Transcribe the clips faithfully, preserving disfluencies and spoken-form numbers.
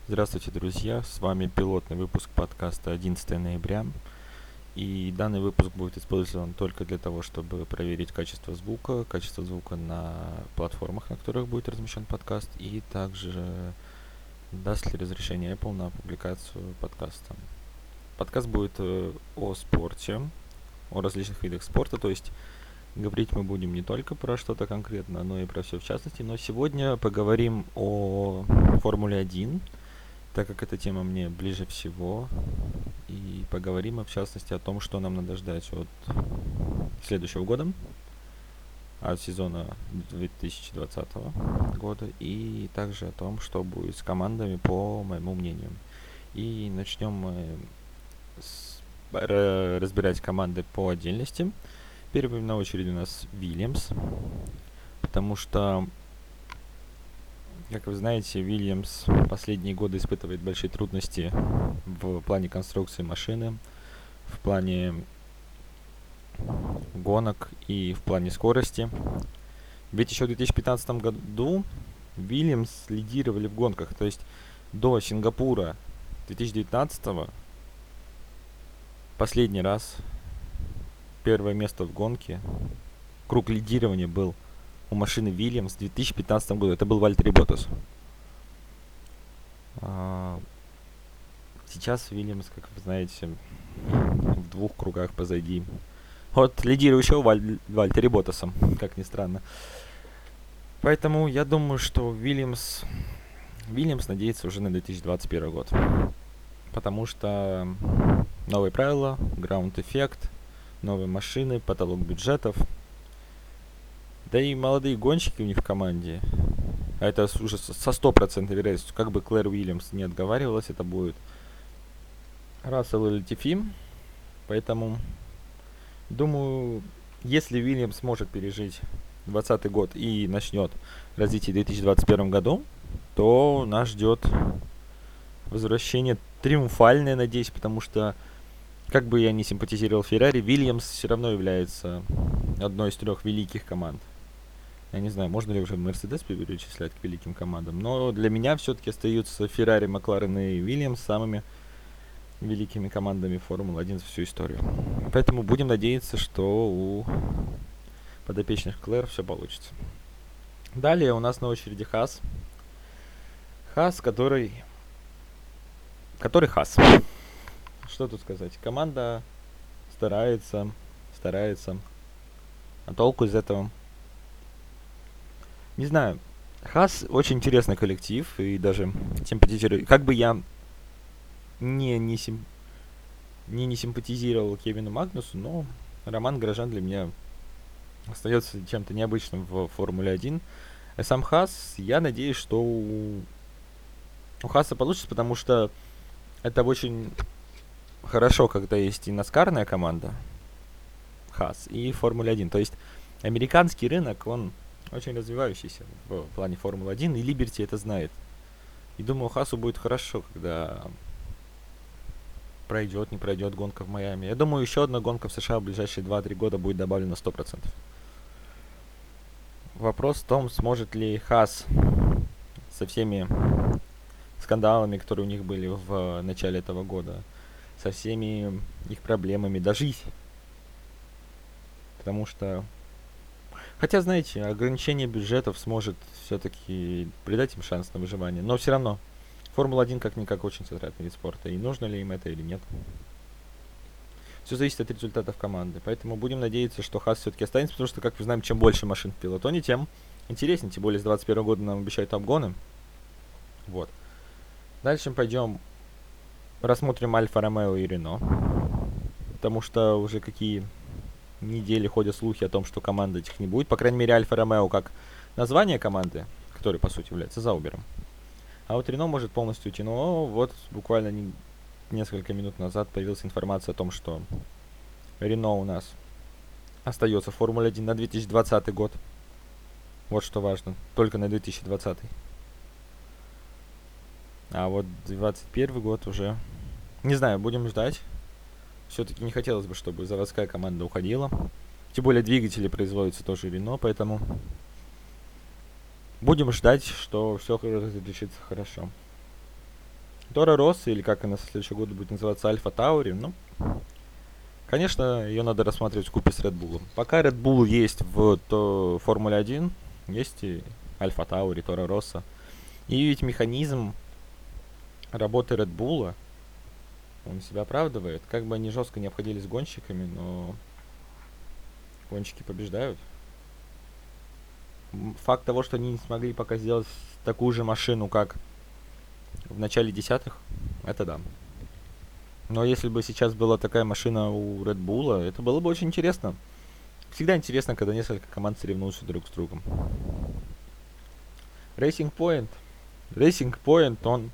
Здравствуйте, друзья! С вами пилотный выпуск подкаста одиннадцатого ноября. И данный выпуск будет использован только для того, чтобы проверить качество звука, качество звука на платформах, на которых будет размещен подкаст, и также даст ли разрешение Apple на публикацию подкаста. Подкаст будет э, о спорте, о различных видах спорта, то есть говорить мы будем не только про что-то конкретно, но и про все в частности. Но сегодня поговорим о Формуле один, так как эта тема мне ближе всего, и поговорим мы в частности о том, что нам надо ждать от следующего года, от сезона две тысячи двадцатого года, и также о том, что будет с командами, по моему мнению. И начнем мы с, р- разбирать команды по отдельности. Первым на очереди у нас Вильямс, потому что, как вы знаете, Williams последние годы испытывает большие трудности в плане конструкции машины, в плане гонок и в плане скорости. Ведь еще в две тысячи пятнадцатом году Williams лидировали в гонках, то есть до Сингапура две тысячи девятнадцатого последний раз первое место в гонке, круг лидирования был у машины Williams в две тысячи пятнадцатом году. Это был Вальтери Боттас. А, сейчас Williams, как вы знаете, в двух кругах позади от лидирующего Валь- Вальтери Боттаса, как ни странно. Поэтому я думаю, что Williams, Williams надеется уже на две тысячи двадцать первый год. Потому что новые правила, граунд-эффект, новые машины, потолок бюджетов. Да и молодые гонщики у них в команде. А это уже со стопроцентной вероятностью, как бы Клэр Уильямс не отговаривалась, это будет Рассел и Латифи. Поэтому, думаю, если Уильямс сможет пережить двадцатый год и начнет развитие в две тысячи двадцать первом году, то нас ждет возвращение триумфальное, надеюсь, потому что, как бы я ни симпатизировал Феррари, Уильямс все равно является одной из трех великих команд. Я не знаю, можно ли уже Мерседес перечислять к великим командам, но для меня все-таки остаются Феррари, Макларен и Уильямс самыми великими командами Формулы один за всю историю. Поэтому будем надеяться, что у подопечных Клэр все получится. Далее у нас на очереди Хас. Хас, который... Который Хас. Что тут сказать? Команда старается, старается. А толку из этого? Не знаю. Хас очень интересный коллектив, и даже симпатизирую. Как бы я не, не, сим, не, не симпатизировал Кевину Магнусу, но Роман Грожан для меня остается чем-то необычным в Формуле один. А сам Хас, я надеюсь, что у, у Хаса получится, потому что это очень хорошо, когда есть и наскарная команда Хас, и Формула один. То есть американский рынок, он очень развивающийся в плане Формулы один, и Либерти это знает. И думаю, Хасу будет хорошо, когда пройдет, не пройдет гонка в Майами. Я думаю, еще одна гонка в США в ближайшие два-три года будет добавлена сто процентов. Вопрос в том, сможет ли Хас со всеми скандалами, которые у них были в начале этого года, со всеми их проблемами дожить. Потому что... Хотя, знаете, ограничение бюджетов сможет все-таки придать им шанс на выживание. Но все равно, Формула один как-никак очень затратный вид спорта. И нужно ли им это или нет. Все зависит от результатов команды. Поэтому будем надеяться, что Хас все-таки останется. Потому что, как мы знаем, чем больше машин в пилотоне, тем интереснее. Тем более с двадцать первого года нам обещают обгоны. Вот. Дальше пойдем рассмотрим Альфа Ромео и Рено. Потому что уже какие... недели ходят слухи о том, что команды этих не будет. По крайней мере, Альфа Ромео как название команды, которая, по сути, является Заубером. А вот Рено может полностью уйти. Но вот буквально не, несколько минут назад появилась информация о том, что Рено у нас остается в Формуле один на две тысячи двадцатый год. Вот что важно. Только на две тысячи двадцатый. А вот двадцать первый год уже... Не знаю, будем ждать. Все-таки не хотелось бы, чтобы заводская команда уходила. Тем более двигатели производятся тоже Рено, поэтому будем ждать, что все разрешится хорошо. Тора Росса, или как она со следующего года будет называться, Альфа Таури, ну, конечно, ее надо рассматривать в купе с Red Bull. Пока Red Bull есть в то, Формуле один, есть и Альфа Таури, Тора Росса. И ведь механизм работы Red Bull, он себя оправдывает. Как бы они жестко не обходились с гонщиками, но гонщики побеждают. Факт того, что они не смогли пока сделать такую же машину, как в начале десятых, это да. Но если бы сейчас была такая машина у Red Bull, это было бы очень интересно. Всегда интересно, когда несколько команд соревнуются друг с другом. Racing Point. Racing Point, он...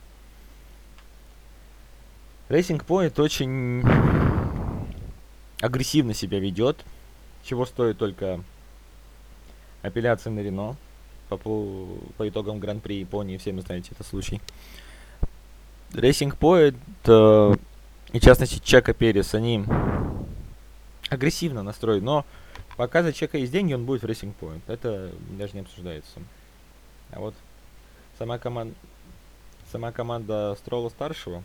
Racing Point очень агрессивно себя ведет, чего стоит только апелляция на Рено по, по, по итогам Гран-при Японии, все вы знаете этот случай. Racing Point э, и в частности Чеко Перес, они агрессивно настроены, но пока за Чеко есть деньги, он будет в Racing Point. Это даже не обсуждается. А вот сама, коман... сама команда Строла старшего,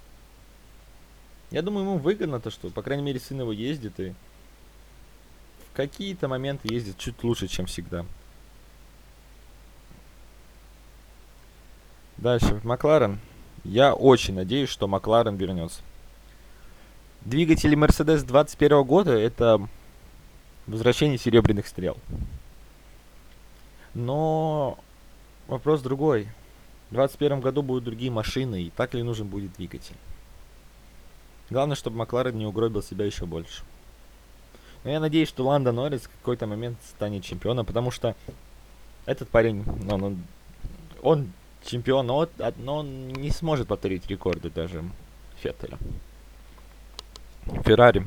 я думаю, ему выгодно то, что, по крайней мере, сын его ездит и в какие-то моменты ездит чуть лучше, чем всегда. Дальше, Макларен. Я очень надеюсь, что Макларен вернется. Двигатели Мерседес двадцать первого года — это возвращение серебряных стрел. Но вопрос другой. В двадцать первом году будут другие машины, и так ли нужен будет двигатель? Главное, чтобы Макларен не угробил себя еще больше. Но я надеюсь, что Ландо Норрис в какой-то момент станет чемпионом, потому что этот парень, он, он, он чемпион, но, но он не сможет повторить рекорды даже Феттеля. Феррари.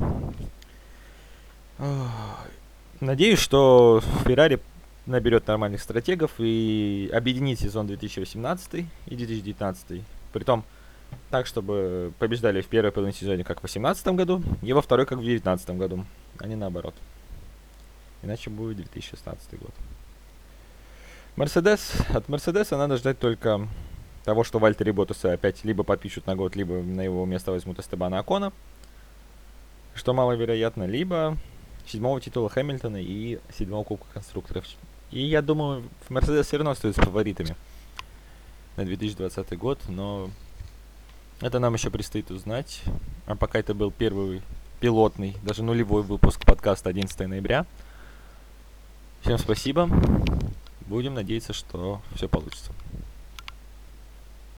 Надеюсь, что Феррари наберет нормальных стратегов и объединит сезон две тысячи восемнадцатый и две тысячи девятнадцатый. Притом так, чтобы побеждали в первой половине сезона, как в две тысячи восемнадцатом году, и во второй, как в две тысячи девятнадцатом году, а не наоборот. Иначе будет две тысячи шестнадцатый год. Мерседес. От Мерседеса надо ждать только того, что Вальтери Боттаса опять либо подпишут на год, либо на его место возьмут Эстебана Окона, что маловероятно, либо седьмого титула Хэмилтона и седьмого кубка конструкторов. И я думаю, Мерседес все равно остаются фаворитами на две тысячи двадцатый год, но это нам еще предстоит узнать. А пока это был первый пилотный, даже нулевой выпуск подкаста одиннадцатого ноября. Всем спасибо. Будем надеяться, что все получится.